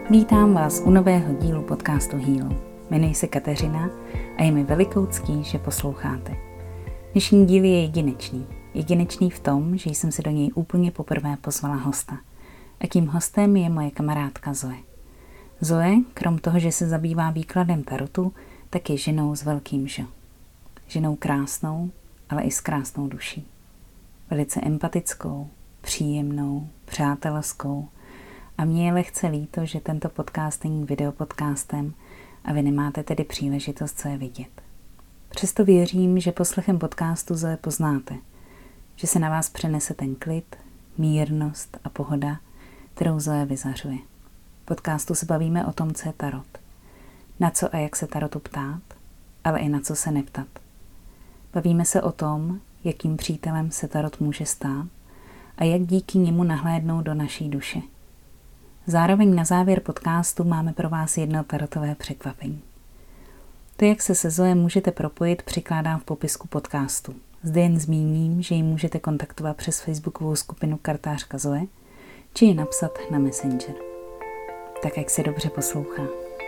Vítám vás u nového dílu podcastu Heal. Jmenuji se Kateřina a je mi velikou ctí, že posloucháte. Dnešní díl je jedinečný. Jedinečný v tom, že jsem si do něj úplně poprvé pozvala hosta. A tím hostem je moje kamarádka Zoe. Zoe, krom toho, že se zabývá výkladem tarotu, tak je ženou s velkým Ž. Ženou krásnou, ale i s krásnou duší. Velice empatickou, příjemnou, přátelskou. A mně je lehce líto, že tento podcast není videopodcastem a vy nemáte tedy příležitost co je vidět. Přesto věřím, že poslechem podcastu Zoe poznáte, že se na vás přenese ten klid, mírnost a pohoda, kterou Zoe vyzařuje. V podcastu se bavíme o tom, co je tarot. Na co a jak se tarotu ptát, ale i na co se neptat. Bavíme se o tom, jakým přítelem se tarot může stát a jak díky němu nahlédnout do naší duše. Zároveň na závěr podcastu máme pro vás jedno tarotové překvapení. To, jak se Zoe můžete propojit, přikládám v popisku podcastu. Zde jen zmíním, že ji můžete kontaktovat přes facebookovou skupinu Kartářka Zoe, či ji napsat na Messenger. Tak jak se dobře poslouchá.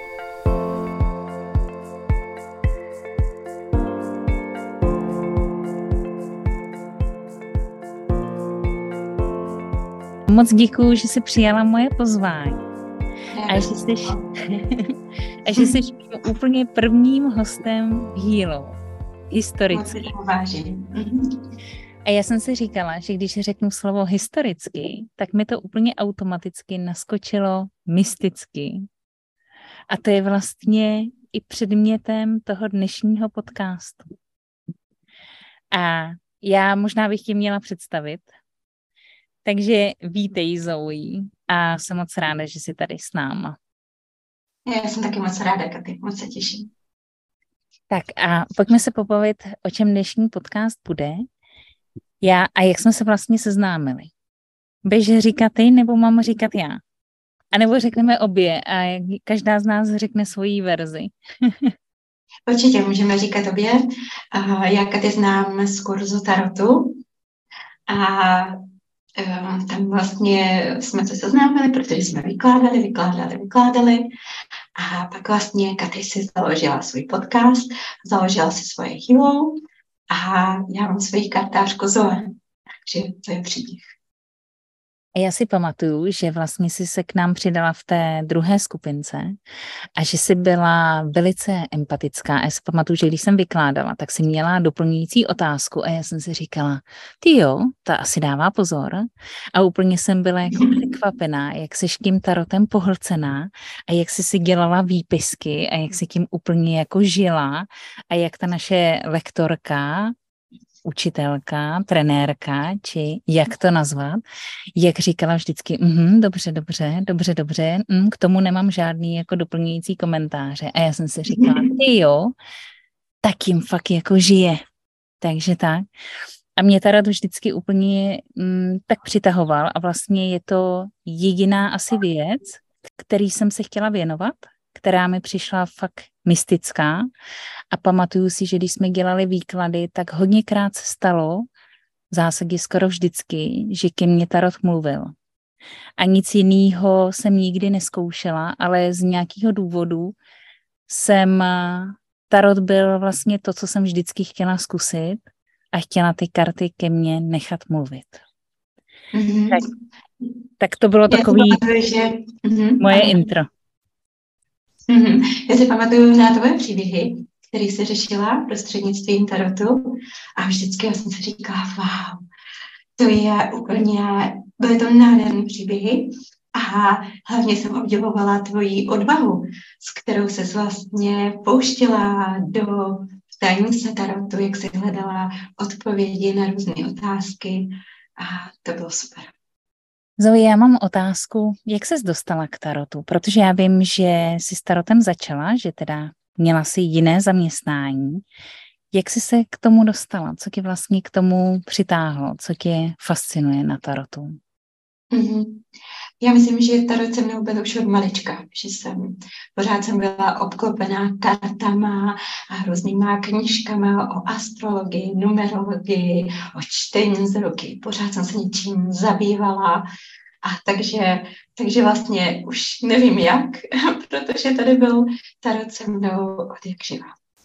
Moc děkuju, že jsi přijala moje pozvání a že jsi úplně prvním hostem Healu, historicky. A já jsem si říkala, že když řeknu slovo historicky, tak mi to úplně automaticky naskočilo mysticky. A to je vlastně i předmětem toho dnešního podcastu. A já možná bych tě měla představit. Takže vítej, Zoe, a jsem moc ráda, že jsi tady s náma. Já jsem taky moc ráda, Katy, moc se těším. Tak a pojďme se pobavit, o čem dnešní podcast bude. Já a jak jsme se vlastně seznámili. Budeš říkat ty, nebo mám říkat já? A nebo řekneme obě a každá z nás řekne svoji verzi. Určitě můžeme říkat obě. Já Katy znám z kurzu tarotu a tam vlastně jsme se seznámili, protože jsme vykládali. A pak vlastně Katy si založila svůj podcast, založila si svoje Healu a já mám svoji kartářku Zoe. Takže to je příběh. A já si pamatuju, že vlastně jsi se k nám přidala v té druhé skupince a že jsi byla velice empatická. A já si pamatuju, že když jsem vykládala, tak si měla doplňující otázku a já jsem si říkala, ty jo, ta asi dává pozor. A úplně jsem byla jako překvapená, jak jsi tím tarotem pohlcená a jak jsi si dělala výpisky a jak jsi tím úplně jako žila a jak ta naše lektorka, učitelka, trenérka, či jak to nazvat, jak říkala vždycky, dobře, k tomu nemám žádný jako doplňující komentáře. A já jsem si říkala, ty jo, tak jim fakt jako žije. Takže tak. A mě tarot vždycky úplně tak přitahoval a vlastně je to jediná asi věc, který jsem se chtěla věnovat, která mi přišla fakt mystická a pamatuju si, že když jsme dělali výklady, tak hodněkrát se stalo, v zásadě skoro vždycky, že ke mně tarot mluvil. A nic jiného jsem nikdy neskoušela, ale z nějakého důvodu tarot byl vlastně to, co jsem vždycky chtěla zkusit a chtěla ty karty ke mně nechat mluvit. Mm-hmm. Tak to bylo takový moje intro. Já si pamatuju na tvoje příběhy, které jsi řešila prostřednictvím tarotu a vždycky já jsem si říkala, wow, to je úplně, byly to nádherné příběhy a hlavně jsem obdivovala tvoji odvahu, s kterou ses vlastně pouštěla do tajemnice tarotu, jak jsi hledala odpovědi na různé otázky a to bylo super. Zoe, já mám otázku, jak ses dostala k tarotu? Protože já vím, že jsi s tarotem začala, že teda měla si jiné zaměstnání. Jak jsi se k tomu dostala? Co tě vlastně k tomu přitáhlo? Co tě fascinuje na tarotu? Já myslím, že tarot se mnou byl už od malička, že pořád jsem byla obklopená kartama a různýma knížkama o astrologii, numerologii, o čtení z ruky. Pořád jsem se něčím zabývala Takže vlastně už nevím jak, protože tady byl tarot se mnou od jak živa.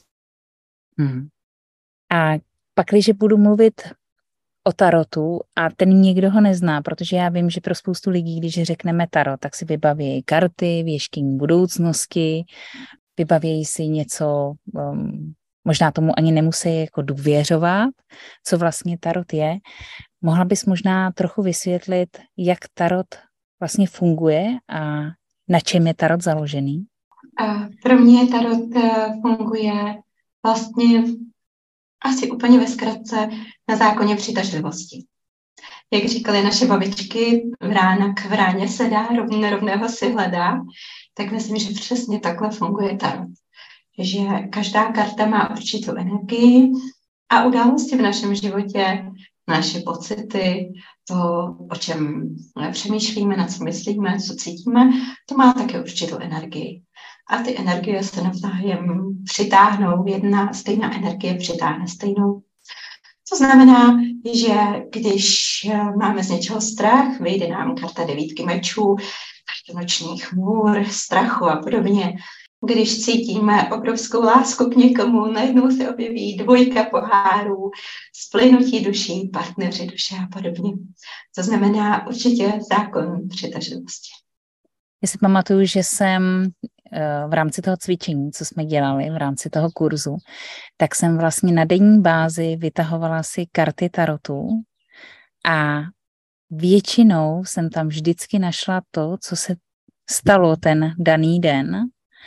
A pak, když budu mluvit o tarotu a ten nikdo ho nezná, protože já vím, že pro spoustu lidí, když řekneme tarot, tak si vybaví karty, věštění budoucnosti, vybaví si něco, možná tomu ani nemusí jako důvěřovat, co vlastně tarot je. Mohla bys možná trochu vysvětlit, jak tarot vlastně funguje a na čem je tarot založený? Pro mě tarot funguje vlastně asi úplně ve zkratce na zákoně přitažlivosti. Jak říkali naše babičky, vrána k vráně se dá, rovného si hledá, tak myslím, že přesně takhle funguje tarot. Že každá karta má určitou energii a události v našem životě, naše pocity, to, o čem přemýšlíme, na co myslíme, co cítíme, to má také určitou energii. A ty energie se navzájem přitáhnou, jedna stejná energie přitáhne stejnou. To znamená, že když máme z něčeho strach, vyjde nám karta 9 mečů, noční chmůr, strachu a podobně. Když cítíme obrovskou lásku k někomu, najednou se objeví 2 pohárů, splynutí duší, partneři duše a podobně. To znamená určitě zákon přitažlivosti. Já si pamatuju, že jsem v rámci toho cvičení, co jsme dělali, v rámci toho kurzu, tak jsem vlastně na denní bázi vytahovala si karty tarotu a většinou jsem tam vždycky našla to, co se stalo ten daný den.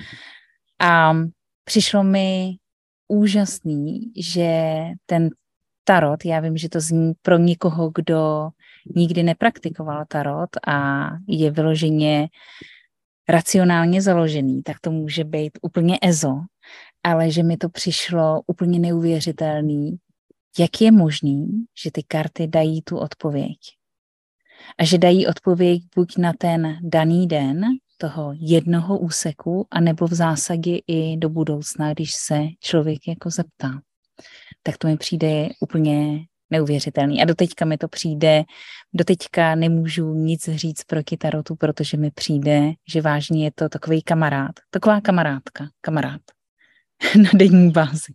A přišlo mi úžasný, že ten tarot, já vím, že to zní pro někoho, kdo nikdy nepraktikoval tarot a je vyloženě racionálně založený, tak to může být úplně ezo, ale že mi to přišlo úplně neuvěřitelný, jak je možný, že ty karty dají tu odpověď. A že dají odpověď buď na ten daný den toho jednoho úseku, anebo v zásadě i do budoucna, když se člověk jako zeptá. Tak to mi přijde úplně neuvěřitelný. A doteďka mi to přijde, doteďka nemůžu nic říct proti tarotu, protože mi přijde, že vážně je to takový kamarád, taková kamarád na denní bázi.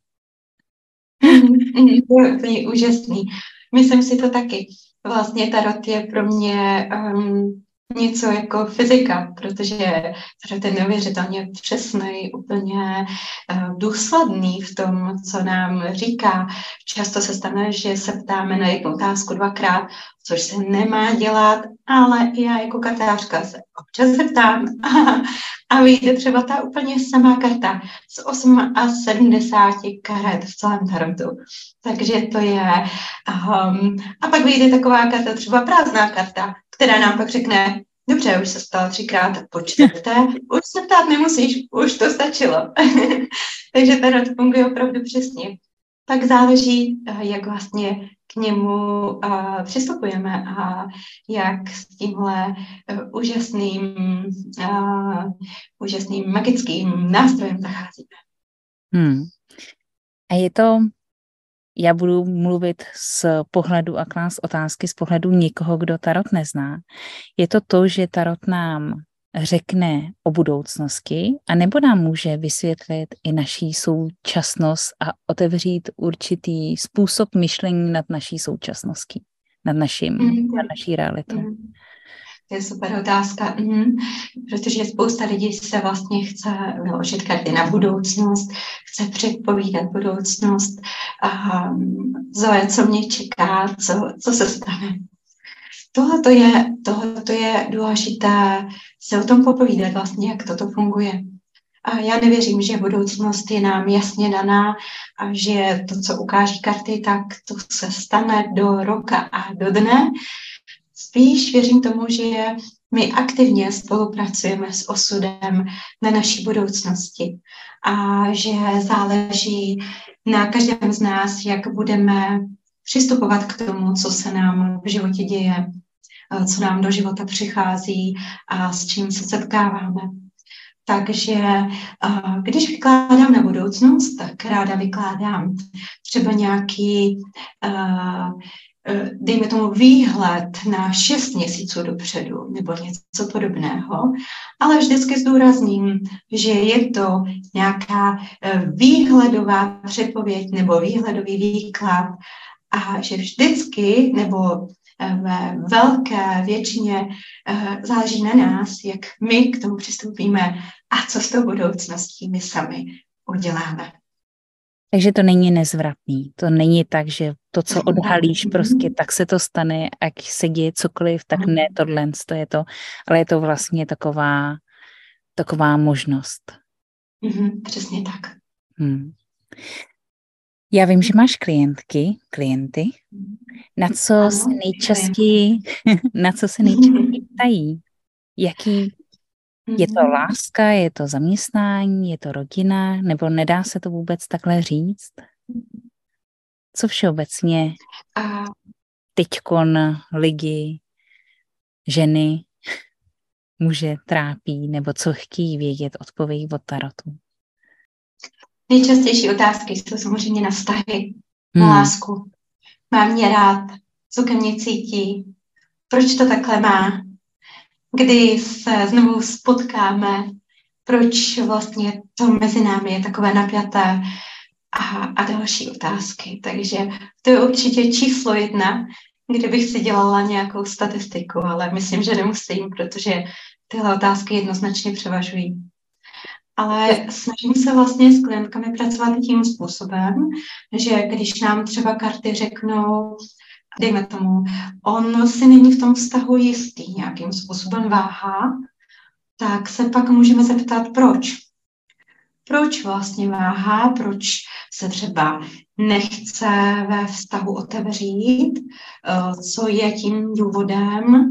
To je úžasný. Myslím si to taky. Vlastně tarot je pro mě něco jako fyzika, protože tarot je neuvěřitelně přesný, úplně důsledný v tom, co nám říká. Často se stane, že se ptáme na jednu otázku 2krát, což se nemá dělat, ale já jako kartářka se občas zeptám a vyjde třeba ta úplně samá karta z 78 karet v celém tarotu. Takže to je... a pak vyjde taková karta, třeba prázdná karta, která nám pak řekne, dobře, už se stalo 3krát, po 4. Už se ptát nemusíš, už to stačilo. Takže tarot funguje opravdu přesně. Tak záleží, jak vlastně k němu přistupujeme a jak s tímhle úžasným magickým nástrojem zacházíme. A je to, já budu mluvit z pohledu a klást otázky z pohledu někoho, kdo tarot nezná. Je to, že tarot nám řekne o budoucnosti, anebo nám může vysvětlit i naší současnost a otevřít určitý způsob myšlení nad naší současností, nad naší realitou. To je super otázka, protože spousta lidí se vlastně chce vyložit karty na budoucnost, chce předpovídat budoucnost, Zoe, co mě čeká, co se stane. Tohle je důležité se o tom popovídat vlastně, jak toto funguje. A já nevěřím, že budoucnost je nám jasně daná a že to, co ukáží karty, tak to se stane do roka a do dne. Spíš věřím tomu, že my aktivně spolupracujeme s osudem na naší budoucnosti a že záleží na každém z nás, jak budeme přistupovat k tomu, co se nám v životě děje, co nám do života přichází a s čím se setkáváme. Takže když vykládám na budoucnost, tak ráda vykládám třeba nějaký dejme tomu výhled na 6 měsíců dopředu nebo něco podobného, ale vždycky zdůrazním, že je to nějaká výhledová předpověď nebo výhledový výklad a že vždycky nebo ve velké většině záleží na nás, jak my k tomu přistoupíme a co s tou budoucností my sami uděláme. Takže to není nezvratný. To není tak, že to, co odhalíš prostě, tak se to stane, ať se děje cokoliv, tak ne tohle, to je to, ale je to vlastně taková možnost. Přesně tak. Já vím, že máš klienty. Na co se nejčastěji ptají? Jaký je to láska, je to zaměstnání, je to rodina, nebo nedá se to vůbec takhle říct? Co všeobecně teďkon lidi, ženy, muže trápí, nebo co chtějí vědět odpověď od tarotu? Nejčastější otázky jsou samozřejmě na vztahy, na lásku. Má mě rád, co ke mně cítí, proč to takhle má, kdy se znovu spotkáme, proč vlastně to mezi námi je takové napjaté a další otázky. Takže to je určitě číslo 1, kdybych si dělala nějakou statistiku, ale myslím, že nemusím, protože tyhle otázky jednoznačně převažují. Ale snažím se vlastně s klientkami pracovat tím způsobem, že když nám třeba karty řeknou, dejme tomu, on si není v tom vztahu jistý, nějakým způsobem váhá, tak se pak můžeme zeptat, proč. Proč vlastně váhá, proč se třeba nechce ve vztahu otevřít, co je tím důvodem,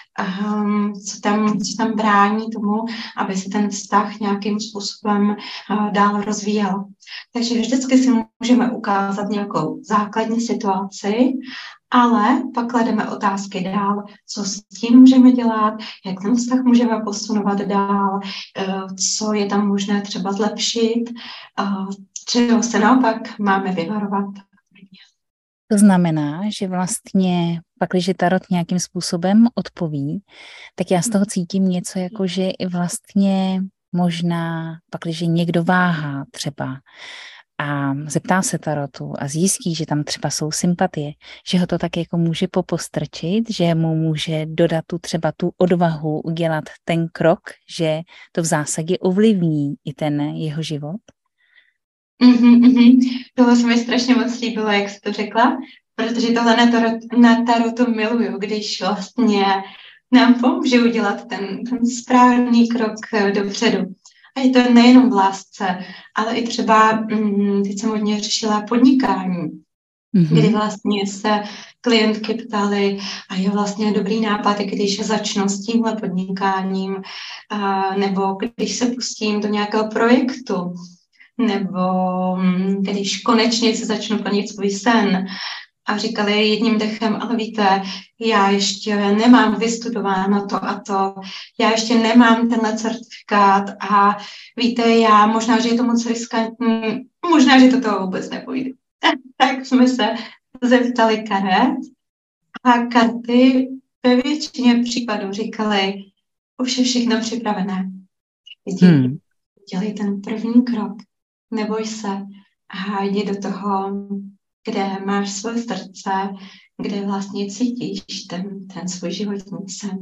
co tam brání tomu, aby se ten vztah nějakým způsobem dál rozvíjel. Takže vždycky si můžeme ukázat nějakou základní situaci, ale pak klademe otázky dál, co s tím můžeme dělat, jak ten vztah můžeme posunovat dál, co je tam možné třeba zlepšit, čeho se naopak máme vyvarovat. To znamená, že vlastně pak, když tarot nějakým způsobem odpoví, tak já z toho cítím něco jako, že i vlastně možná pak, když někdo váhá třeba a zeptá se tarotu a zjistí, že tam třeba jsou sympatie, že ho to tak jako může popostrčit, že mu může dodat tu odvahu udělat ten krok, že to v zásadě ovlivní i ten jeho život. Tohle se mi strašně moc líbilo, jak jsi to řekla, protože tohle na tarotu miluju, když vlastně nám pomůže udělat ten správný krok dopředu. A je to nejenom v lásce, ale i třeba, teď jsem hodně řešila podnikání, kdy vlastně se klientky ptaly, a je vlastně dobrý nápad, když začnu s tímhle podnikáním, nebo když se pustím do nějakého projektu, nebo když konečně se začnu plnit svůj sen. A říkali jedním dechem, ale víte, já ještě nemám vystudováno to a to, já ještě nemám tenhle certifikát a víte, já možná, že je to moc riskantní, možná, že to toho vůbec nepůjde. Tak jsme se zeptali karet a karty ve většině případů říkali, už je všechno připravené. Dělej ten první krok, neboj se a jdi do toho, kde máš svoje srdce, kde vlastně cítíš ten svůj životní sen.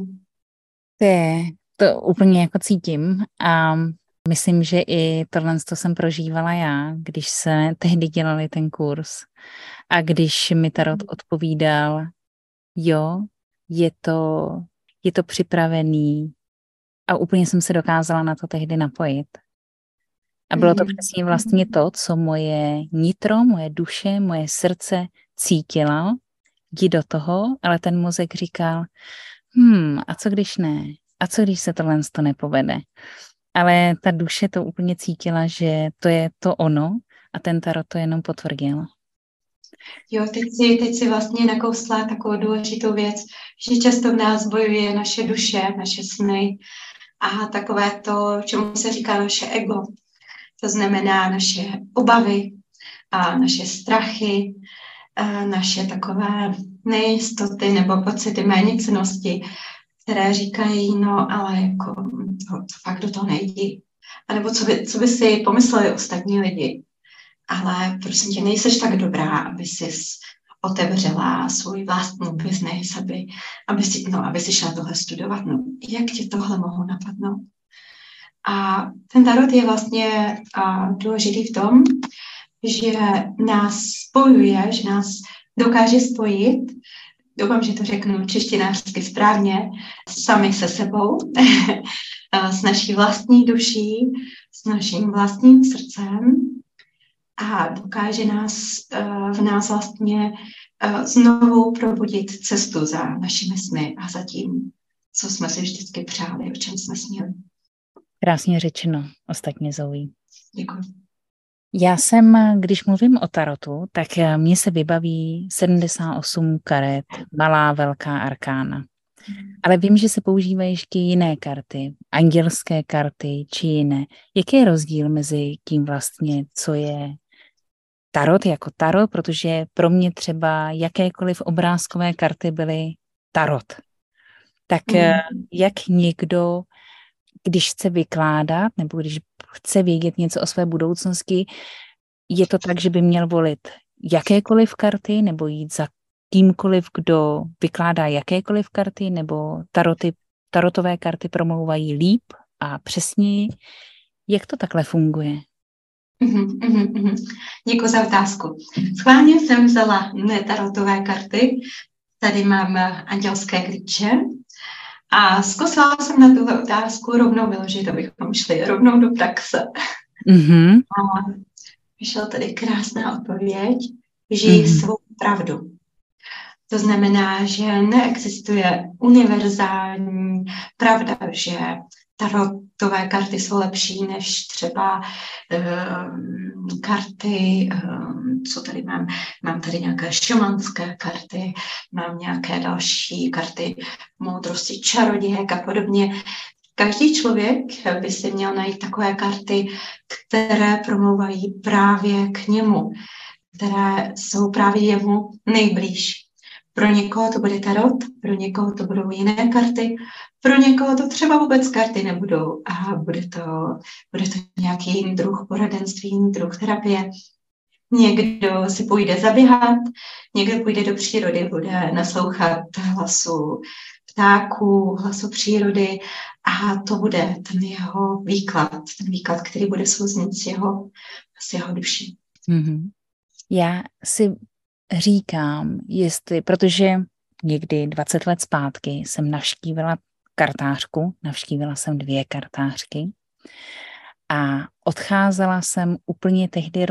To úplně jako cítím a myslím, že i tohle jsem prožívala já, když se tehdy dělali ten kurz a když mi tarot odpovídal, jo, je to připravený a úplně jsem se dokázala na to tehdy napojit. A bylo to přesně vlastně to, co moje nitro, moje duše, moje srdce cítila, jdi do toho, ale ten mozek říkal, a co když ne? A co když se tohle nepovede? Ale ta duše to úplně cítila, že to je to ono a ten tarot to jenom potvrdil. Jo, teď si vlastně nakousla takovou důležitou věc, že často v nás bojuje naše duše, naše sny a takové to, čemu se říká naše ego. To znamená naše obavy a naše strachy, naše takové nejistoty nebo pocity méněcennosti, které říkají, no ale jako to fakt do toho nejdi. A nebo co by si pomysleli ostatní lidi. Ale prosím tě, nejseš tak dobrá, aby si otevřela svůj vlastní biznes, aby si šla tohle studovat. No, jak ti tohle mohlo napadnout? A ten tarot je vlastně důležitý v tom, že nás spojuje, že nás dokáže spojit, doufám, že to řeknu češtinářsky správně, sami se sebou, s naší vlastní duší, s naším vlastním srdcem a dokáže v nás vlastně znovu probudit cestu za našimi sny a za tím, co jsme si vždycky přáli, o čem jsme snili. Krásně řečeno, ostatně Zoe. Děkuji. Já jsem, když mluvím o tarotu, tak mně se vybaví 78 karet, malá, velká arkána. Ale vím, že se používají ještě jiné karty, andělské karty či jiné. Jaký je rozdíl mezi tím vlastně, co je tarot jako tarot, protože pro mě třeba jakékoliv obrázkové karty byly tarot. Tak jak někdo, když chce vykládat nebo když chce vědět něco o své budoucnosti, je to tak, že by měl volit jakékoliv karty nebo jít za kýmkoliv, kdo vykládá jakékoliv karty, nebo tarotové karty promlouvají líp a přesněji. Jak to takhle funguje? Děkuji za otázku. Schválně jsem vzala netarotové karty. Tady mám andělské klíče. A zkusila jsem na tuhle otázku rovnou vyložit, abychom šli rovnou do praxe. A vyšla tady krásná odpověď, žij svou pravdu. To znamená, že neexistuje univerzální pravda, že tarotové karty jsou lepší než třeba karty, co tady mám. Mám tady nějaké šamanské karty, mám nějaké další karty moudrosti čarodějek a podobně. Každý člověk by si měl najít takové karty, které promlouvají právě k němu, které jsou právě jemu nejblíž. Pro někoho to bude tarot, pro někoho to budou jiné karty, pro někoho to třeba vůbec karty nebudou a bude to nějaký jiný druh poradenství, jiný druh terapie. Někdo si půjde zaběhat, někdo půjde do přírody, bude naslouchat hlasu ptáků, hlasu přírody a to bude ten jeho výklad, který bude souznít s jeho duší. Já si říkám, protože někdy 20 let zpátky jsem navštívila jsem 2 kartářky a odcházela jsem úplně tehdy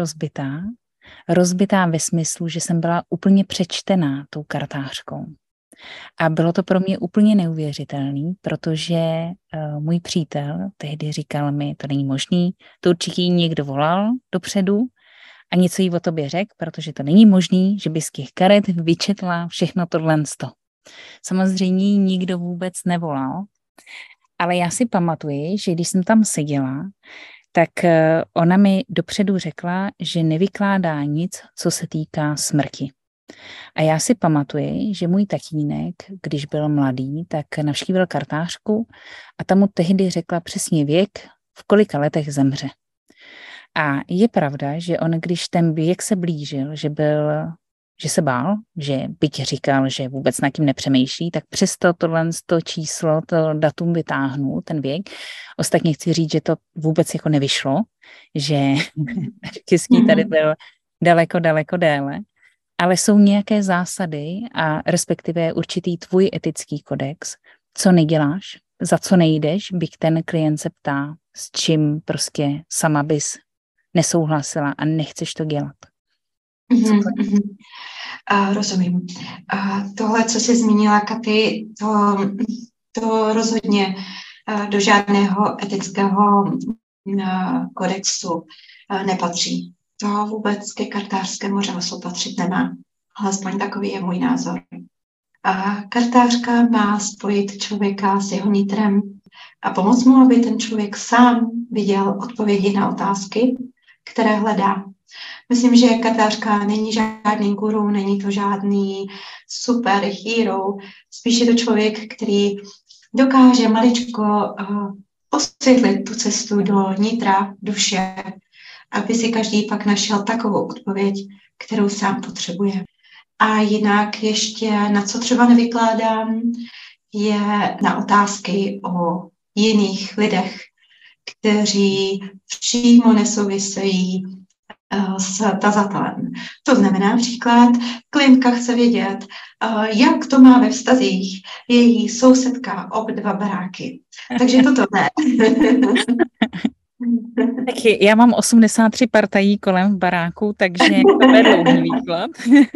rozbitá ve smyslu, že jsem byla úplně přečtená tou kartářkou. A bylo to pro mě úplně neuvěřitelné, protože můj přítel tehdy říkal mi, to není možný, to určitě někdo volal dopředu a něco jí o tobě řekl, protože to není možný, že by z těch karet vyčetla všechno tohle. Samozřejmě nikdo vůbec nevolal, ale já si pamatuji, že když jsem tam seděla, tak ona mi dopředu řekla, že nevykládá nic, co se týká smrti. A já si pamatuji, že můj tatínek, když byl mladý, tak navštívil kartářku a tam mu tehdy řekla přesně věk, v kolika letech zemře. A je pravda, že on, když ten věk se blížil, že se bál, že byť říkal, že vůbec nad tím nepřemýšlí, tak přesto tohle číslo, to datum vytáhnul, ten věk. Ostatně chci říct, že to vůbec jako nevyšlo, že naštěstí tady byl daleko déle, ale jsou nějaké zásady a respektive určitý tvůj etický kodex, co neděláš, za co nejdeš, byť ten klient se ptá, s čím prostě sama bys nesouhlasila a nechceš to dělat. Rozumím. Tohle, co jsi zmínila, Katy, to rozhodně do žádného etického kodexu nepatří. To vůbec ke kartářskému řemeslu patřit nemá. Alespoň takový je můj názor. Kartářka má spojit člověka s jeho nitrem a pomoct mu, aby ten člověk sám viděl odpovědi na otázky, které hledá. Myslím, že kartářka není žádný guru, není to žádný super hero, spíš je to člověk, který dokáže maličko osvětlit tu cestu do nitra, duše, aby si každý pak našel takovou odpověď, kterou sám potřebuje. A jinak ještě, na co třeba nevykládám, je na otázky o jiných lidech, kteří přímo nesouvisejí s tazatelem. To znamená například, klientka chce vědět, jak to má ve vztazích její sousedka ob 2 baráky. Takže toto ne. Taky já mám 83 partají kolem v baráku, takže to bude dlouhý výklad.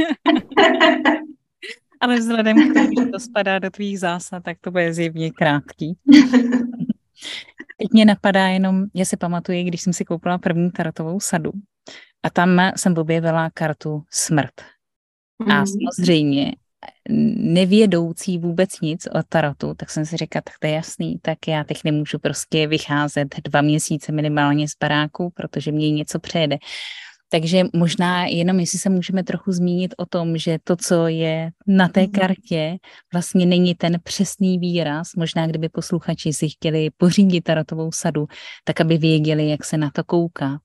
Ale vzhledem k tomu, že to spadá do tvých zásad, tak to bude zjevně krátký. Teď mě napadá jenom, já si pamatuju, když jsem si koupila první tarotovou sadu a tam jsem objevila kartu smrt. A samozřejmě nevědoucí vůbec nic o tarotu, tak jsem si řekla, tak to je jasný, tak já teď nemůžu prostě vycházet 2 měsíce minimálně z baráku, protože mě něco přejede. Takže možná jenom, jestli se můžeme trochu zmínit o tom, že to, co je na té kartě, vlastně není ten přesný výraz. Možná, kdyby posluchači si chtěli pořídit tarotovou sadu, tak aby věděli, jak se na to koukat.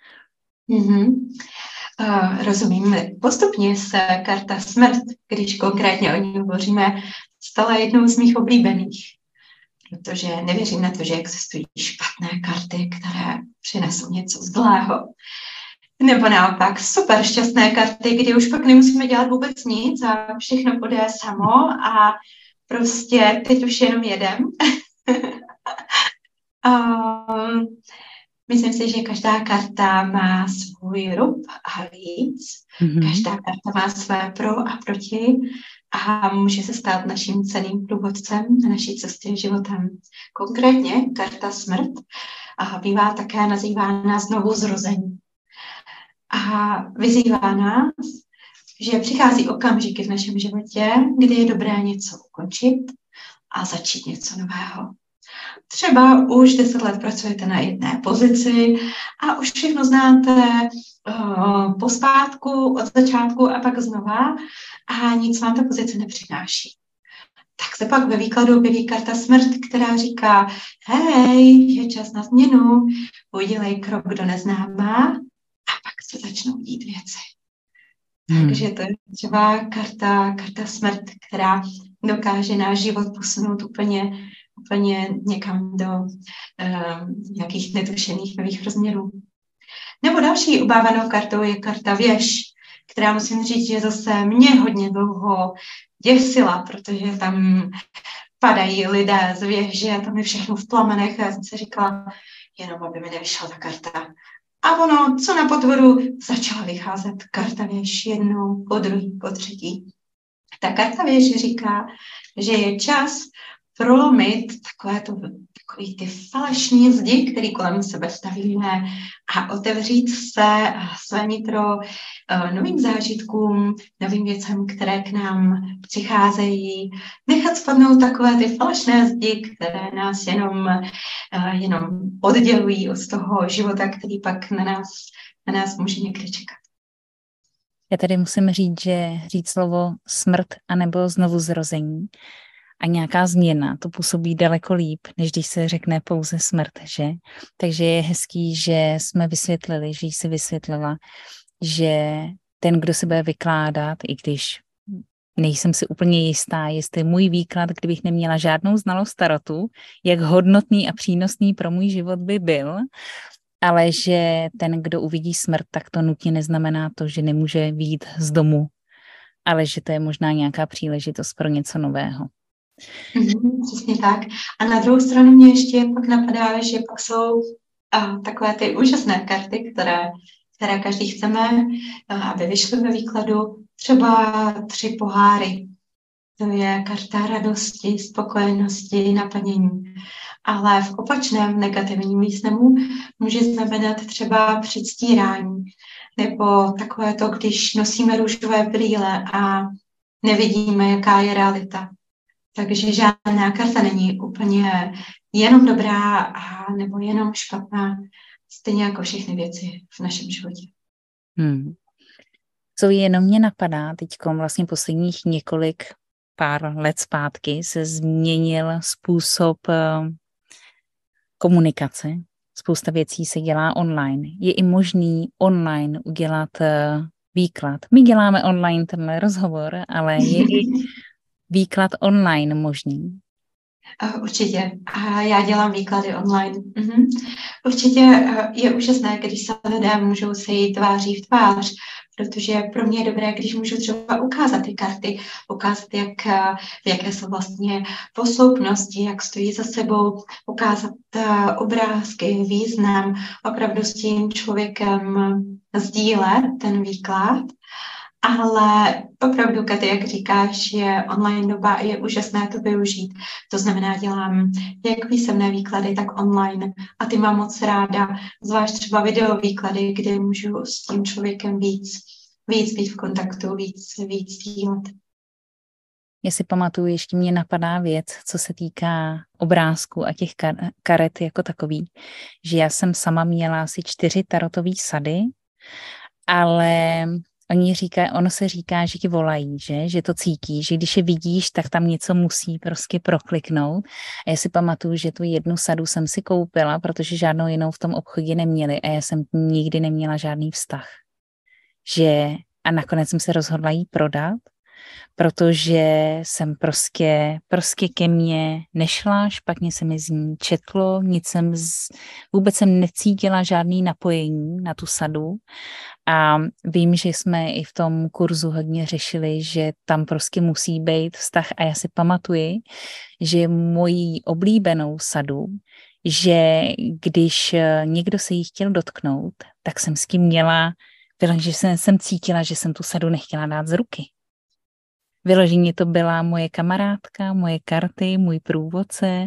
Rozumím. Postupně se karta smrt, když konkrétně o ní hovoříme, stala jednou z mých oblíbených. Protože nevěřím na to, že existují špatné karty, které přinesou něco zlého. Nebo naopak super šťastné karty, kdy už pak nemusíme dělat vůbec nic a všechno půjde samo a prostě teď už jenom jedem. Myslím si, že každá karta má svůj rub a líc. Každá karta má své pro a proti a může se stát naším cenným průvodcem na naší cestě životem. Konkrétně karta smrt bývá také nazývána znovu zrození. A vyzývá nás, že přichází okamžiky v našem životě, kdy je dobré něco ukončit a začít něco nového. Třeba už 10 let pracujete na jedné pozici a už všechno znáte pospátku, od začátku a pak znova a nic vám ta pozice nepřináší. Tak se pak ve výkladu objeví karta smrt, která říká, hej, je čas na změnu, udělej krok do neznáma a pak se začnou dít věci. Takže to je třeba karta smrt, která dokáže náš život posunout úplně někam do nějakých netušených nových rozměrů. Nebo další obávanou kartou je karta věž, která musím říct, že zase mě hodně dlouho děsila, protože tam padají lidé z věže, tam je všechno v plamenech a já jsem si říkala, jenom aby mi nevyšla ta karta. A ono, co na potvoru, začala vycházet karta věž jednou, po druhý, po třetí. Ta karta věž říká, že je čas prolomit takový ty falešní zdi, který kolem sebe stavíme a otevřít se své nitro novým zážitkům, novým věcem, které k nám přicházejí, nechat spadnout takové ty falešné zdi, které nás jenom oddělují od toho života, který pak na nás může někdy čekat. Já tady musím říct slovo smrt anebo znovu zrození a nějaká změna, to působí daleko líp, než když se řekne pouze smrt, že? Takže je hezký, že jsme vysvětlili, že jsi vysvětlila, že ten, kdo se bude vykládat, i když nejsem si úplně jistá, jestli můj výklad, kdybych neměla žádnou znalost tarotu, jak hodnotný a přínosný pro můj život by byl, ale že ten, kdo uvidí smrt, tak to nutně neznamená to, že nemůže vyjít z domu, ale že to je možná nějaká příležitost pro něco nového. Přesně tak. A na druhou stranu mě ještě pak napadá, že pak jsou takové ty úžasné karty, které každý chceme, aby vyšly ve výkladu. Třeba 3 poháry. To je karta radosti, spokojenosti, naplnění. Ale v opačném negativním významu může znamenat třeba předstírání. Nebo takové to, když nosíme růžové brýle a nevidíme, jaká je realita. Takže žádná karta není úplně jenom dobrá nebo jenom špatná, stejně jako všechny věci v našem životě. Co jenom mě napadá teďkom vlastně posledních několik pár let zpátky se změnil způsob komunikace. Spousta věcí se dělá online. Je i možný online udělat výklad. My děláme online tenhle rozhovor, ale je i výklad online možný. Určitě. A já dělám výklady online. Určitě je úžasné, když se lidé můžou sejít tváří v tvář, protože pro mě je dobré, když můžu třeba ukázat ty karty, ukázat, jaké jsou vlastně posloupnosti, jak stojí za sebou, ukázat obrázky, význam, opravdu s tím člověkem sdílet ten výklad. Ale opravdu, Katy, jak říkáš, je online doba a je úžasné to využít. To znamená, dělám jak písemné výklady, tak online. A ty mám moc ráda, zvlášť třeba video výklady, kde můžu s tím člověkem víc být v kontaktu, víc dívat. Já si pamatuju, ještě mě napadá věc, co se týká obrázků a těch karet jako takový, že já jsem sama měla asi 4 tarotové sady, ale ono se říká, že ti volají, že to cítí, že když je vidíš, tak tam něco musí prostě prokliknout. A já si pamatuju, že tu jednu sadu jsem si koupila, protože žádnou jinou v tom obchodě neměli a já jsem nikdy neměla žádný vztah. A nakonec jsem se rozhodla jí prodat, protože jsem prostě ke mně nešla, špatně se mi z ní četlo, vůbec jsem necítila žádný napojení na tu sadu a vím, že jsme i v tom kurzu hodně řešili, že tam prostě musí být vztah a já si pamatuji, že mojí oblíbenou sadu, že když někdo se jí chtěl dotknout, tak jsem s tím měla, že jsem cítila, že jsem tu sadu nechtěla dát z ruky. Vyloženě to byla moje kamarádka, moje karty, můj průvodce,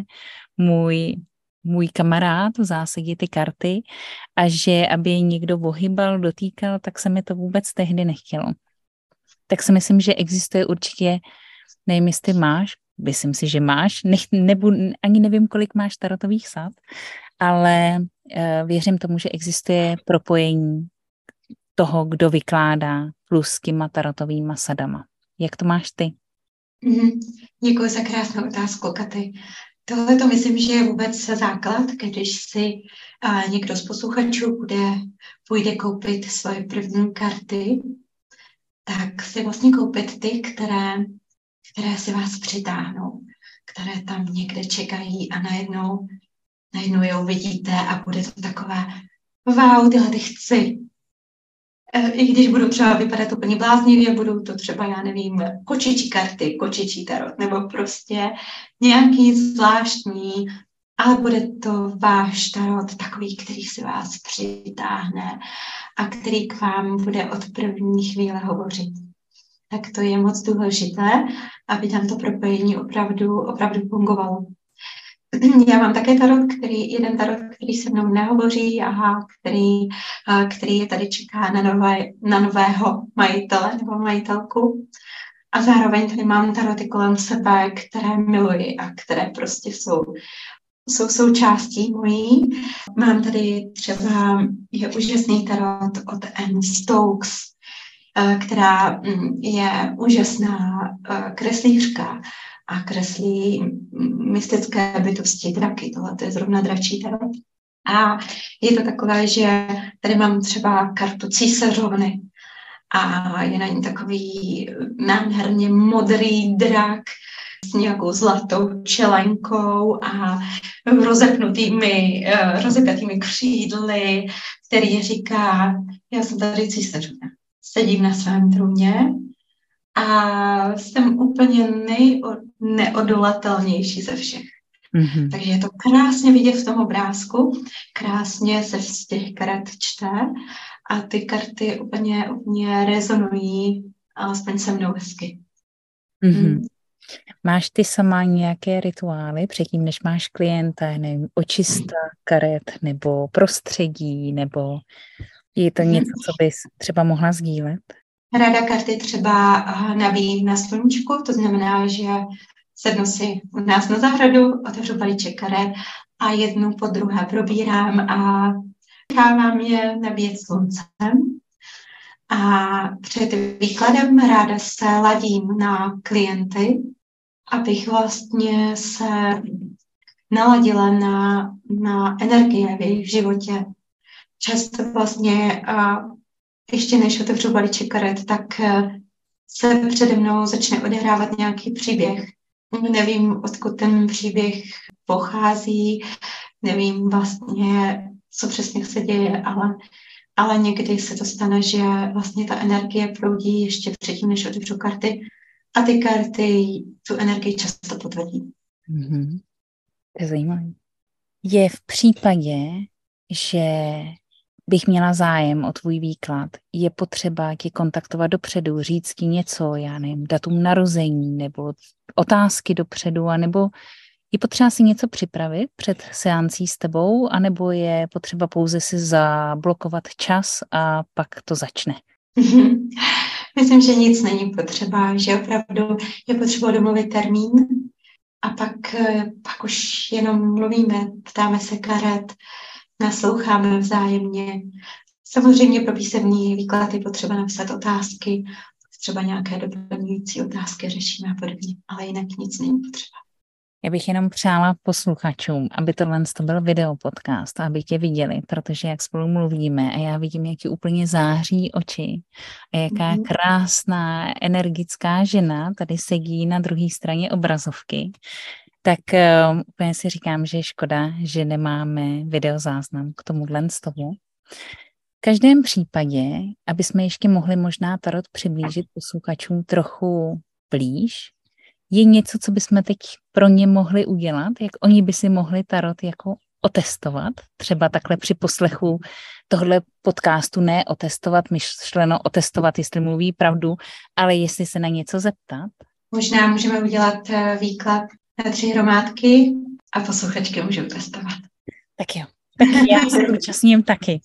můj kamarád, v zásadě ty karty, a že aby je někdo ohýbal, dotýkal, tak se mi to vůbec tehdy nechtělo. Tak si myslím, že existuje určitě, nevím, jestli máš, myslím si, že máš, ani nevím, kolik máš tarotových sad, ale věřím tomu, že existuje propojení toho, kdo vykládá plus s těma tarotovýma sadama. Jak to máš ty? Děkuji za krásnou otázku, Katy. Tohle to myslím, že je vůbec základ, když si někdo z posluchačů půjde koupit svoje první karty, tak si vlastně koupit ty, které si vás přitáhnou, které tam někde čekají a najednou je uvidíte a bude to takové wow, tyhle ty chci. I když budou třeba vypadat úplně bláznivě, budou to třeba, já nevím, kočičí karty, kočičí tarot, nebo prostě nějaký zvláštní, ale bude to váš tarot, takový, který si vás přitáhne a který k vám bude od první chvíle hovořit. Tak to je moc důležité, aby tam to propojení opravdu fungovalo. Já mám také jeden tarot, který se mnou nehovoří a který tady čeká na nového majitele nebo majitelku. A zároveň tady mám taroty kolem sebe, které miluji a které prostě jsou součástí mojí. Mám tady třeba je úžasný tarot od Anne Stokes, která je úžasná kreslířka a kreslí mystické bytosti, draky. Tohle je zrovna dračí tarot. A je to takové, že tady mám třeba kartu císařovny a je na ní takový nádherně modrý drak s nějakou zlatou čelenkou a rozepnutými křídly, který říká, já jsem tady císařovna, sedím na svém trůně a jsem úplně neodolatelnější ze všech. Mm-hmm. Takže je to krásně vidět v tom obrázku, krásně se z těch karet čte a ty karty úplně rezonují, alespoň se mnou hezky. Mm-hmm. Máš ty sama nějaké rituály předtím, než máš klienta, nevím, očista karet nebo prostředí, nebo je to něco, co bys třeba mohla sdílet? Ráda karty třeba nabíjím na sluníčku, to znamená, že sednu si u nás na zahradu, otevřu balíček karet a jednu po druhé probírám a nechávám je nabíjet sluncem. A před výkladem ráda se ladím na klienty, abych vlastně se naladila na energie v jejich životě. Často vlastně, ještě než otevřu balíček karet, tak se přede mnou začne odehrávat nějaký příběh. Nevím, odkud ten příběh pochází, nevím vlastně, co přesně se děje, ale někdy se to stane, že vlastně ta energie proudí ještě předtím, než otevřu karty a ty karty tu energii často potvrdí. Mm-hmm. To je zajímavé. Je v případě, že bych měla zájem o tvůj výklad, je potřeba tě kontaktovat dopředu, říct ti něco, já nevím, datum narození nebo otázky dopředu, anebo je potřeba si něco připravit před seancí s tebou, anebo je potřeba pouze si zablokovat čas a pak to začne? Myslím, že nic není potřeba, že opravdu je potřeba domluvit termín a pak už jenom mluvíme, ptáme se karet, nasloucháme vzájemně. Samozřejmě pro písemný výklad je potřeba napsat otázky, třeba nějaké doplňující otázky řešíme a podobně, ale jinak nic není potřeba. Já bych jenom přála posluchačům, aby tohle byl videopodcast, aby tě viděli, protože jak spolu mluvíme a já vidím, jak ti úplně září oči a jaká krásná, energická žena tady sedí na druhé straně obrazovky, tak úplně si říkám, že je škoda, že nemáme videozáznam k tomuhle z toho. V každém případě, aby jsme ještě mohli možná tarot přiblížit posluchačům trochu blíž, je něco, co bychom teď pro ně mohli udělat, jak oni by si mohli tarot jako otestovat, třeba takhle při poslechu tohle podcastu ne otestovat, myšleno otestovat, jestli mluví pravdu, ale jestli se na něco zeptat. Možná můžeme udělat výklad na 3 hromádky a posluchačky můžou testovat. Tak jo, tak já se účastním taky.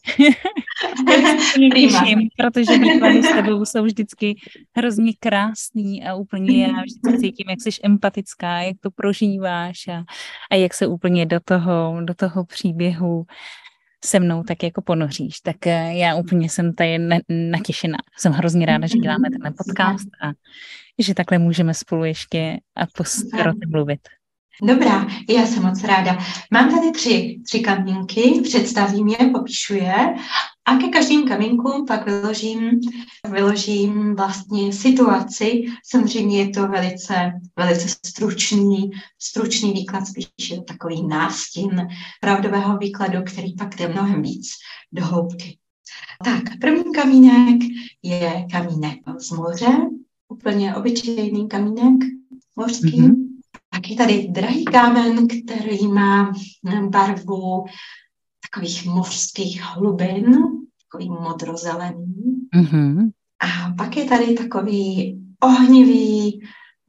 Těším, protože výklady s tebou jsou vždycky hrozně krásný a úplně já vždycky cítím, jak jsi empatická, jak to prožíváš a jak se úplně do toho příběhu se mnou tak jako ponoříš. Tak já úplně jsem tady natěšená. Jsem hrozně ráda, že děláme tenhle podcast a že takhle můžeme spolu ještě a mluvit. Dobrá, já jsem moc ráda. Mám tady 3 kamínky, představím je, popíšu je a ke každým kamínkům pak vyložím vlastně situaci. Samozřejmě je to velice stručný výklad, spíš je to takový nástin pravdového výkladu, který pak jde mnohem víc do hloubky. Tak, první kamínek je kamínek z moře, úplně obyčejný kamínek mořský. Mm-hmm. Pak je tady drahý kámen, který má barvu takových mořských hlubin, takový modrozelený. Mm-hmm. A pak je tady takový ohnivý,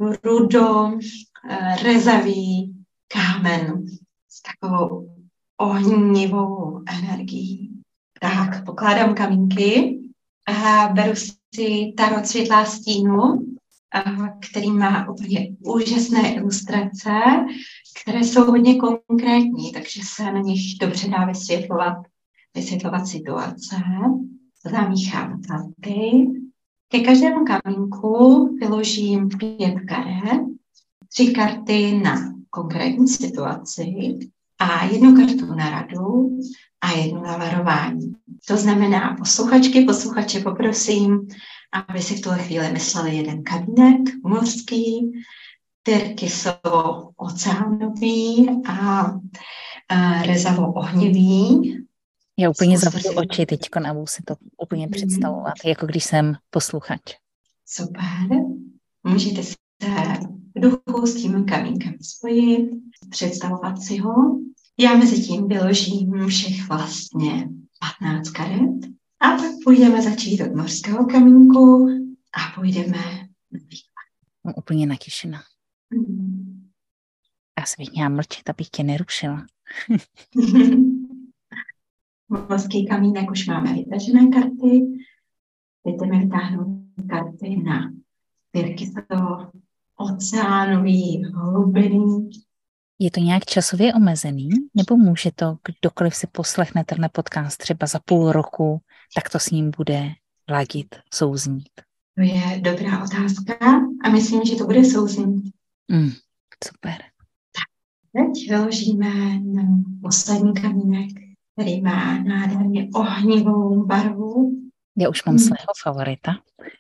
rezavý kámen s takovou ohnivou energií. Tak, pokládám kamínky a beru si tarot světla stínu, který má úplně úžasné ilustrace, které jsou hodně konkrétní, takže se na nich dobře dá vysvětlovat situace. Zamíchám karty. Ke každému kamínku vyložím 5 karet, 3 karty na konkrétní situaci a 1 kartu na radu a 1 na varování. To znamená, posluchače poprosím, aby si v tuhle chvíli mysleli 1 kamínek mořský, 4 jsou oceánový a rezavo-ohnivý. Já úplně zavřu oči teďko a budu si to úplně představovat, jako když jsem posluchač. Super. Můžete se v duchu s tím kamínkem spojit, představovat si ho. Já mezi tím vyložím všech vlastně 15 karet a pak půjdeme začít od mořského kamínku a půjdeme na výklad. Jsem úplně natěšená. Já se bych měla mlčet, abych tě nerušila. Mořský kamínek už máme vytažené karty. Teď jdeme vytáhnout karty na 4 toho oceánový hlubiny. Je to nějak časově omezený? Nebo může to, kdokoliv si poslechne tenhle podcast třeba za půl roku, tak to s ním bude ladit, souznít? To je dobrá otázka a myslím, že to bude souznít. Super. Teď vyložíme na poslední kamínek, který má nádherně ohnivou barvu. Já už mám svého favorita.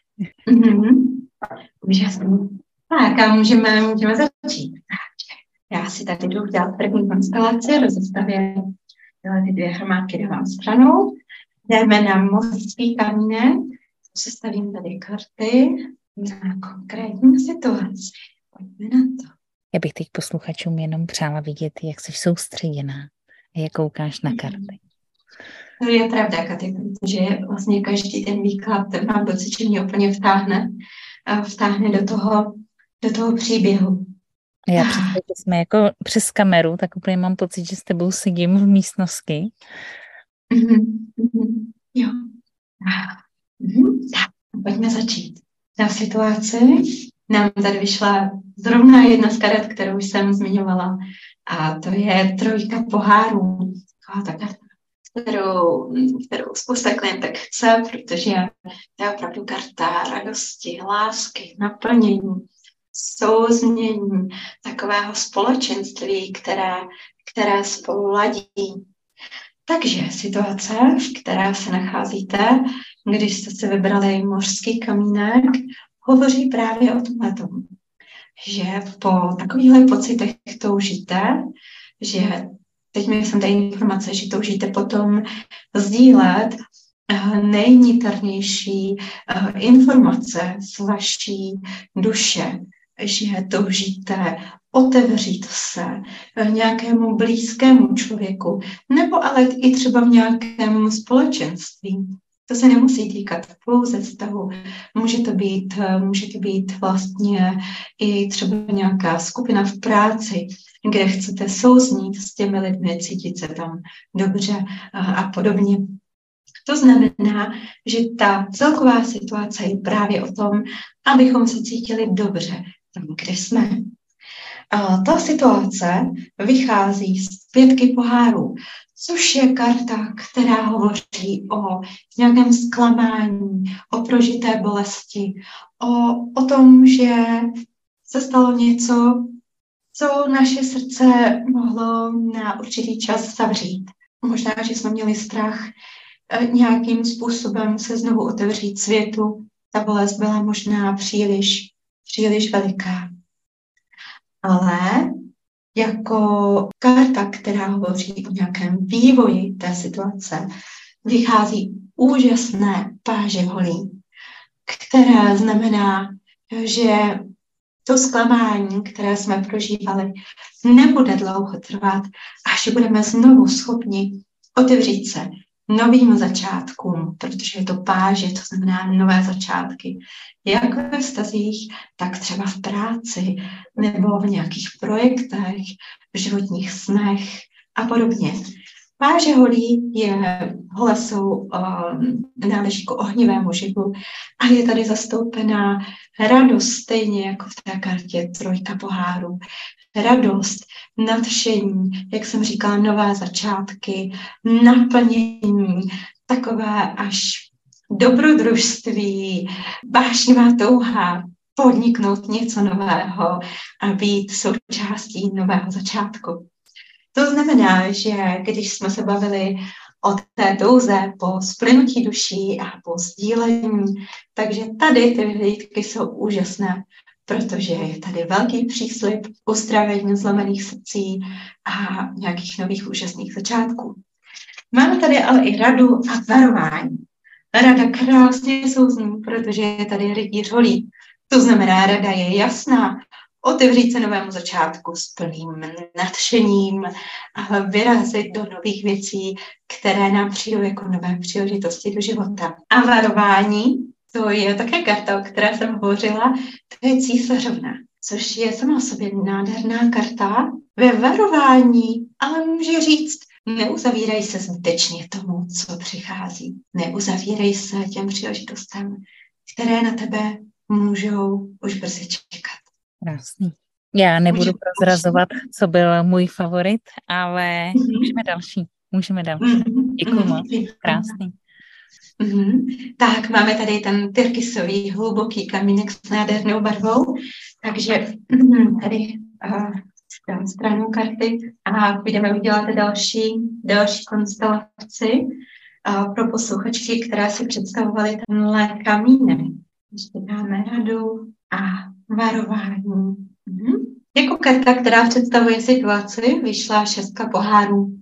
Úžasný. Tak a můžeme začít. Já si tady jdu dělat první konstelaci, rozestavě ty dvě hromádky dávám stranou. Jdeme na mořský kamínek, sestavím tady karty na konkrétní situaci. Pojďme na to. Já bych teď posluchačům jenom přála vidět, jak jsi soustředěná a jak koukáš na karty. To je pravda, Katy, protože vlastně každý ten výklad mám pocit, že mě úplně vtáhne do toho příběhu. Já představím, že jsme jako přes kameru, tak úplně mám pocit, že s tebou sedím v místnosti. Jo. Tak, pojďme začít. Ta situace nám tady vyšla zrovna jedna z karet, kterou jsem zmiňovala, a to je 3 pohárů. Ta karta, kterou spousta klientek chce, protože to je opravdu karta radosti, lásky, naplnění, souznění, takového společenství, které spolu ladí. Takže situace, v které se nacházíte, když jste si vybrali mořský kamínek, hovoří právě o tomhletom. Že po takovýchhle pocitech toužíte, že teď mi jsem tady informace, že toužíte potom sdílet nejniternější informace z vaší duše, že toužíte otevřít se nějakému blízkému člověku, nebo ale i třeba v nějakém společenství. To se nemusí týkat pouze vztahu. Může to být vlastně i třeba nějaká skupina v práci, kde chcete souznít s těmi lidmi, cítit se tam dobře a podobně. To znamená, že ta celková situace je právě o tom, abychom se cítili dobře tam, kde jsme. Ta situace vychází z 5 pohárů, což je karta, která hovoří o nějakém zklamání, o prožité bolesti, o tom, že se stalo něco, co naše srdce mohlo na určitý čas zavřít. Možná, že jsme měli strach nějakým způsobem se znovu otevřít světu. Ta bolest byla možná příliš veliká. Ale jako karta, která hovoří o nějakém vývoji té situace, vychází úžasné páže holí, které znamená, že to zklamání, které jsme prožívali, nebude dlouho trvat a že budeme znovu schopni otevřít se novým začátkům, protože je to páže, to znamená nové začátky. Jak ve vztazích, tak třeba v práci nebo v nějakých projektech, v životních snech a podobně. Páže holí náleží k ohnivému živu a je tady zastoupená radost, stejně jako v té kartě 3 pohárů. Radost, nadšení, jak jsem říkala, nové začátky, naplnění, takové až dobrodružství, vášnivá touha podniknout něco nového a být součástí nového začátku. To znamená, že když jsme se bavili o té touze po splynutí duší a po sdílení, takže tady ty vyhlídky jsou úžasné, protože je tady velký příslib uzdravení zlomených srdcí a nějakých nových úžasných začátků. Máme tady ale i radu a varování. Rada krásně souzní, protože je tady rytíř holí. To znamená, rada je jasná. Otevřít se novému začátku s plným nadšením a vyrazit do nových věcí, které nám přijdou jako nové příležitosti do života. A varování, to je také karta, o které jsem hovořila, to je císařovna, což je sama o sobě nádherná karta. Ve varování ale může říct, neuzavírej se zbytečně tomu, co přichází. Neuzavírej se těm příležitostem, které na tebe můžou už brzy čekat. Krásný. Já nebudu prozrazovat, co byl můj favorit, ale můžeme další. Děkuji moc. Krásný. Tak máme tady ten tyrkysový hluboký kamínek s nádhernou barvou, takže tady dám stranu karty a budeme udělat další konstelaci pro posluchačky, které si představovaly tenhle kamínek. Ještě dáme radu a varování. Jako karta, která představuje situaci, vyšla 6 pohárů.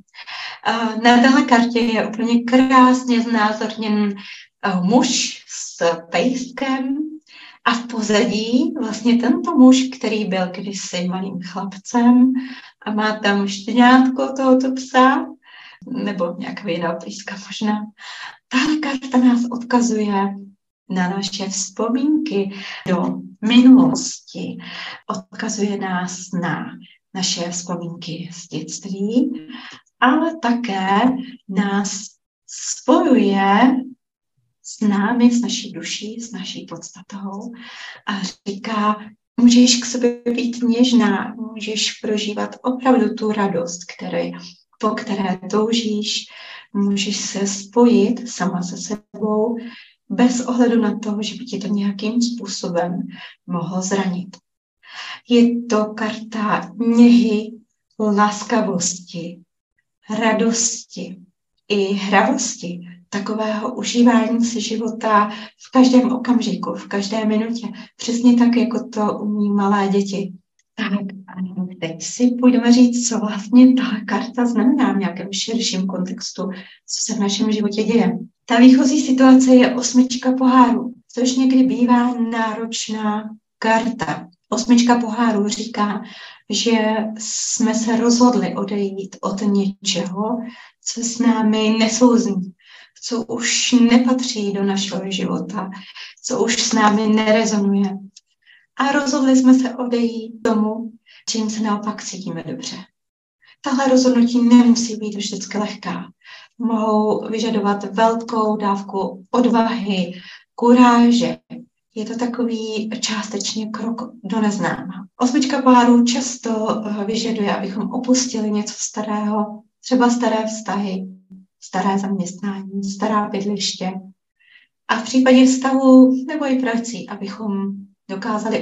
Na téhle kartě je úplně krásně znázorněn muž s pejskem a v pozadí vlastně tento muž, který byl kdysi malým chlapcem a má tam štěňátko tohoto psa, nebo nějakého jiného pejska možná. Tahle karta nás odkazuje na naše vzpomínky do minulosti, odkazuje nás na naše vzpomínky z dětství, ale také nás spojuje s námi, s naší duší, s naší podstatou a říká, můžeš k sobě být něžná, můžeš prožívat opravdu tu radost, po které toužíš, můžeš se spojit sama se sebou bez ohledu na to, že by ti to nějakým způsobem mohlo zranit. Je to karta něhy, laskavosti, radosti i hravosti, takového užívání si života v každém okamžiku, v každé minutě, přesně tak, jako to umí malé děti. Tak a teď si půjdeme říct, co vlastně ta karta znamená v nějakém širším kontextu, co se v našem životě děje. Ta výchozí situace je 8 pohárů, což někdy bývá náročná karta. 8 pohárů říká, že jsme se rozhodli odejít od něčeho, co s námi nesouzní, co už nepatří do našeho života, co už s námi nerezonuje. A rozhodli jsme se odejít tomu, čím se naopak cítíme dobře. Tahle rozhodnutí nemusí být vždycky lehká. Mohou vyžadovat velkou dávku odvahy, kuráže. Je to takový částečně krok do neznáma. 8 pohárů často vyžaduje, abychom opustili něco starého, třeba staré vztahy, staré zaměstnání, stará bydliště. A v případě vztahu nebo i prací, abychom dokázali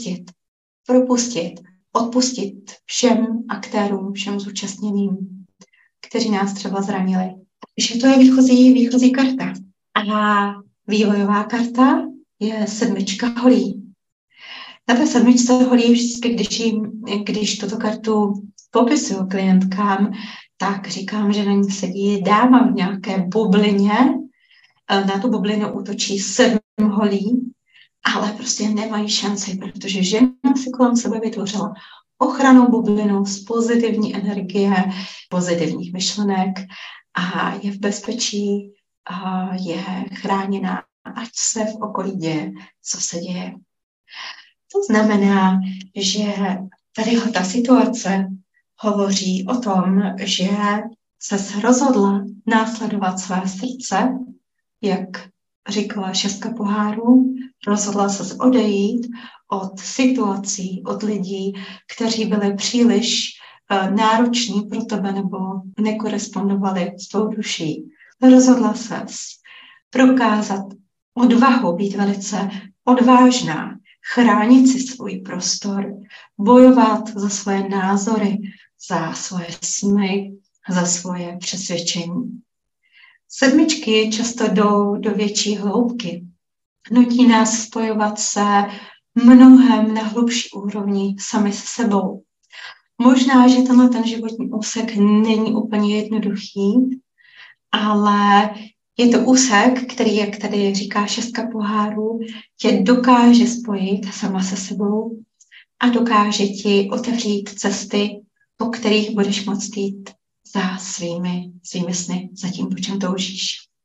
odpustit všem aktérům, všem zúčastněným, kteří nás třeba zranili. Takže to je výchozí karta. A vývojová karta je 7 holí. Na té 7 holí vždycky, když tuto kartu popisuju klientkám, tak říkám, že na ní sedí dáma v nějaké bublině. Na tu bublinu útočí 7 holí, ale prostě nemají šanci, protože žena si kolem sebe vytvořila ochrannou bublinu z pozitivní energie, pozitivních myšlenek a je v bezpečí, a je chráněná, ať se v okolí děje, co se děje. To znamená, že tady ta situace hovoří o tom, že se rozhodla následovat své srdce, jak říkala 6 pohárů, rozhodla se odejít od situací, od lidí, kteří byli příliš nároční pro tebe nebo nekorespondovali s tvou duší. Rozhodla se prokázat odvahu, být velice odvážná, chránit si svůj prostor, bojovat za svoje názory, za svoje sny, za svoje přesvědčení. 7 často jdou do větší hloubky. Nutí nás spojovat se mnohem na hlubší úrovni sami se sebou. Možná, že ten životní úsek není úplně jednoduchý, ale je to úsek, který, jak tady říká 6 pohárů, tě dokáže spojit sama se sebou a dokáže ti otevřít cesty, po kterých budeš moct jít za svými sny, za tím, po čem toužíš.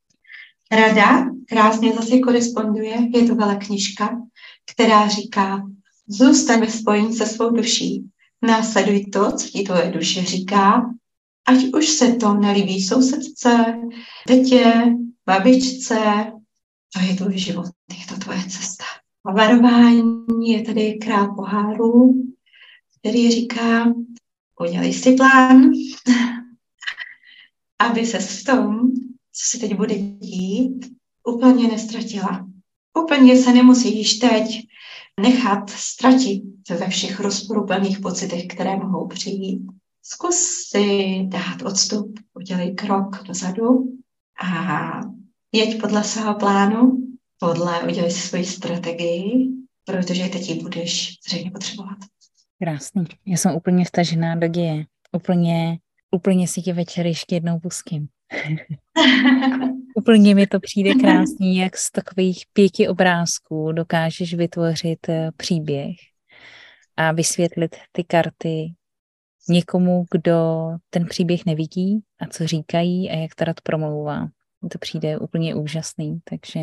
Rada krásně zase koresponduje, je to veleknižka, která říká, zůstaň ve spojení se svou duší, následuj to, co ti tvoje duše říká, ať už se to nelíbí sousedce, tetě, babičce, to je tvůj život, je to tvoje cesta. A varování je tady král pohárů, který říká, udělej si plán, aby ses v tom, co se teď bude dít, úplně nestratila. Úplně se nemusíš teď nechat ztratit ve všech rozporuplných pocitech, které mohou přijít. Zkus si dát odstup, udělej krok dozadu a jeď podle svého plánu, udělej si svoji strategii, protože teď ji budeš zřejmě potřebovat. Krásný. Já jsem úplně vtažená do děje. Úplně si tě večer ještě jednou pustím. Úplně mi to přijde krásný, jak z takových 5 obrázků dokážeš vytvořit příběh a vysvětlit ty karty někomu, kdo ten příběh nevidí a co říkají a jak Tarot promlouvá. To přijde úplně úžasný, takže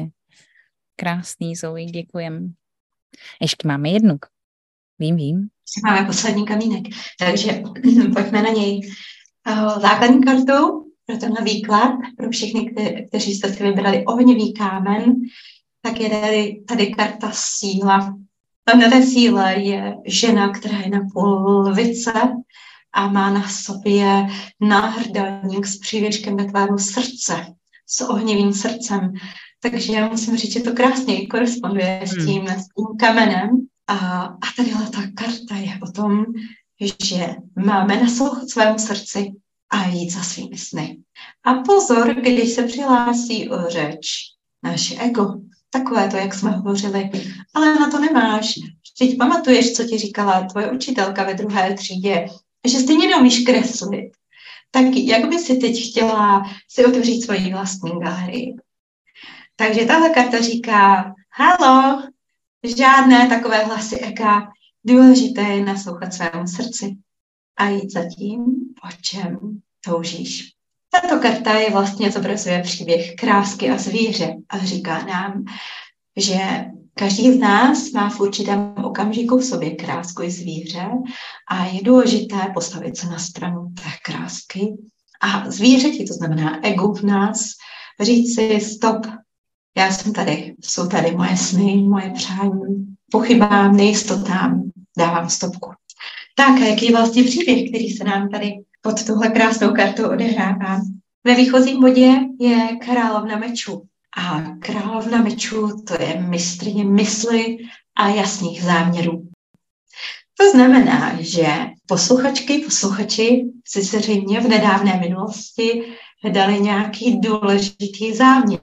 krásný, Zoe, děkujem. Ještě máme jednu. Vím. Máme poslední kamínek, takže pojďme na něj. Základní kartu pro tenhle výklad, pro všechny, kteří jste si vybrali ohnivý kámen, tak je tady karta síla. Na té síle je žena, která je na půl lvice a má na sobě náhrdelník s přívěškem ve tvaru srdce, s ohnivým srdcem. Takže já musím říct, že to krásně koresponduje s tím kamenem. A tadyhle ta karta je o tom, že máme naslouchat svému srdci a jít za svými sny. A pozor, když se přihlásí o řeč naše ego, takové to, jak jsme hovořili, ale na to nemáš. Vždyť pamatuješ, co ti říkala tvoje učitelka ve 2. třídě, že stejně neumíš kreslit. Tak jak by si teď chtěla si otevřít svoji vlastní galerii? Takže tahle karta říká, halo, žádné takové hlasy ega, důležité je naslouchat svému srdci a jít za tím, po čem toužíš. Tato karta je vlastně zobrazuje příběh krásky a zvíře a říká nám, že každý z nás má v určitém okamžiku v sobě krásku i zvíře a je důležité postavit se na stranu té krásky a zvířeti, to znamená ego v nás, říct si stop, já jsem tady, jsou tady moje sny, moje přání, pochybám, nejistotám, dávám stopku. Tak a jaký je vlastně příběh, který se nám tady pod tuhle krásnou kartou odehrává? Ve výchozím bodě je královna mečů. A královna mečů to je mistryně mysli a jasných záměrů. To znamená, že posluchači si zřejmě v nedávné minulosti dali nějaký důležitý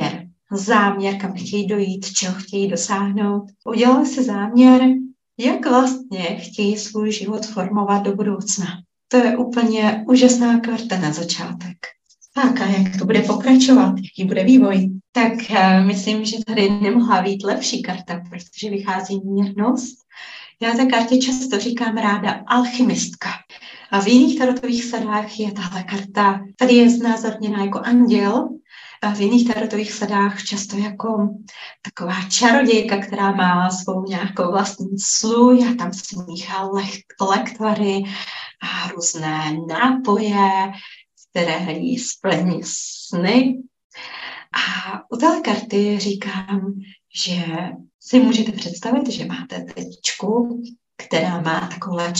záměr, kam chtějí dojít, čeho chtějí dosáhnout. Udělali si záměr, jak vlastně chtějí svůj život formovat do budoucna. To je úplně úžasná karta na začátek. Tak a jak to bude pokračovat, jaký bude vývoj? Tak myslím, že tady nemohla být lepší karta, protože vychází mírnost. Já té kartě často říkám ráda alchymistka. A v jiných tarotových sadách je tahle karta, tady je znázorněná jako anděl, a v jiných tarotových sadách často jako taková čarodějka, která má svou nějakou vlastní sluj a tam se míchá lektvary a různé nápoje, které jí splní sny. A u téhle karty říkám, že si můžete představit, že máte tetičku, která má takovou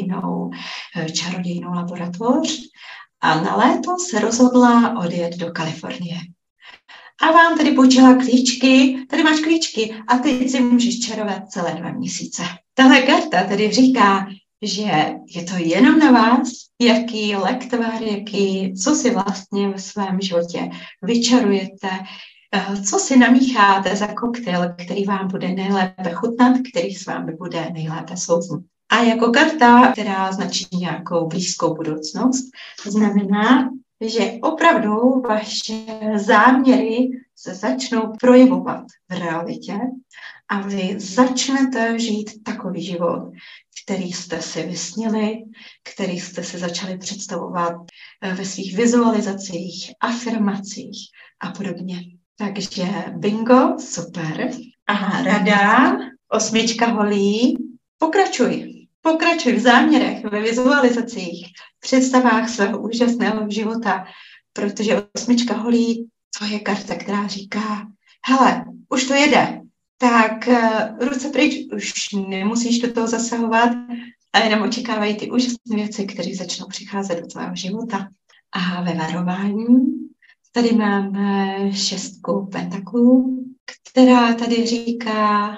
čarodějnou laboratoř a na léto se rozhodla odjet do Kalifornie. A vám tedy půjčila klíčky, tady máš klíčky a teď si můžeš čarovat celé 2 měsíce. Tahle karta tedy říká, že je to jenom na vás, jaký lektvar, co si vlastně ve svém životě vyčarujete, co si namícháte za koktejl, který vám bude nejlépe chutnat, který s vámi bude nejlépe souznět. A jako karta, která značí nějakou blízkou budoucnost, znamená, že opravdu vaše záměry se začnou projevovat v realitě a vy začnete žít takový život, který jste si vysnili, který jste si začali představovat ve svých vizualizacích, afirmacích a podobně. Takže bingo, super. A rada, 8 holí, Pokračuj v záměrech, ve vizualizacích, v představách svého úžasného života, protože 8 holí, to je karta, která říká, hele, už to jede, tak ruce pryč, už nemusíš do toho zasahovat a jenom očekávají ty úžasné věci, které začnou přicházet do tvého života. A ve varování Tady máme 6 pentaklů, která tady říká: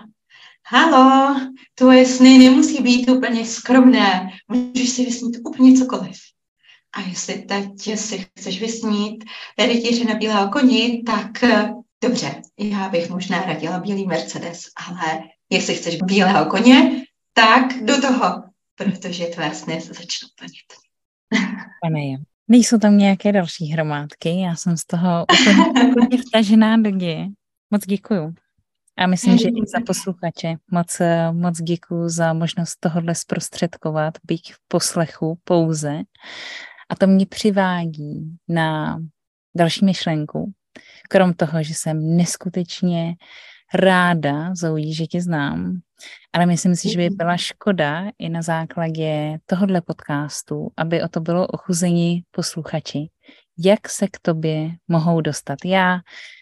halo, tvoje sny nemusí být úplně skromné, můžeš si vysnít úplně cokoliv. A jestli teď si chceš vysnít rytíře na bílého koni, tak dobře, já bych možná radila bílý Mercedes, ale jestli chceš bílého koně, tak do toho, protože tvé sny se začnou plnit. Pane jo. Nejsou tam nějaké další hromádky, já jsem z toho úplně vtažená do děje. Moc děkuju. A myslím, že i za posluchače moc děkuju za možnost tohle zprostředkovat, byť v poslechu pouze. A to mě přivádí na další myšlenku. Krom toho, že jsem neskutečně ráda, Zoe, že tě znám, ale myslím si, že by byla škoda i na základě tohohle podcastu, aby o to bylo ochuzení posluchači. Jak se k tobě mohou dostat? Já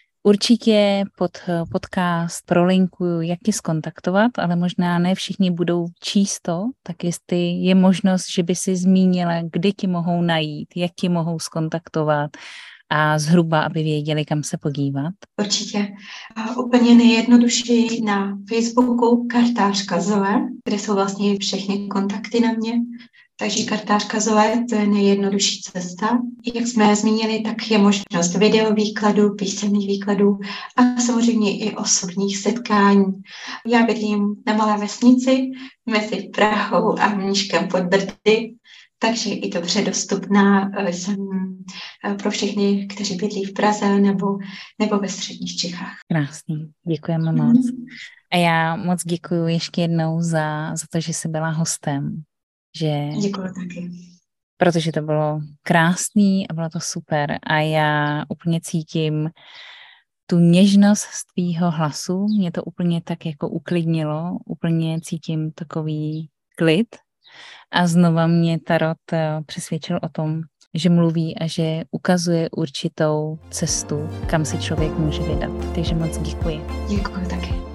určitě pod podcast prolinkuju, jak tě zkontaktovat, ale možná ne všichni budou číst to, tak jestli je možnost, že by si zmínila, kde ti mohou najít, jak ti mohou zkontaktovat a zhruba, aby věděli, kam se podívat. Určitě. A úplně nejjednodušší na Facebooku Kartářka Zoe, kde jsou vlastně všechny kontakty na mě. Takže Kartářka Zoe, to je nejjednodušší cesta. Jak jsme zmínili, tak je možnost videovýkladů, písemných výkladů a samozřejmě i osobních setkání. Já bydlím na malé vesnici mezi Prahou a Mníškem pod Brdy, takže i dobře dostupná jsem pro všechny, kteří bydlí v Praze nebo ve středních Čechách. Krásný, děkujeme moc. A já moc děkuju ještě jednou za to, že jsi byla hostem. Děkuji taky. Protože to bylo krásný a bylo to super a já úplně cítím tu něžnost z tvýho hlasu, mě to úplně tak jako uklidnilo, úplně cítím takový klid a znova mě tarot přesvědčil o tom, že mluví a že ukazuje určitou cestu, kam si člověk může vydat. Takže moc děkuji. Děkuji taky.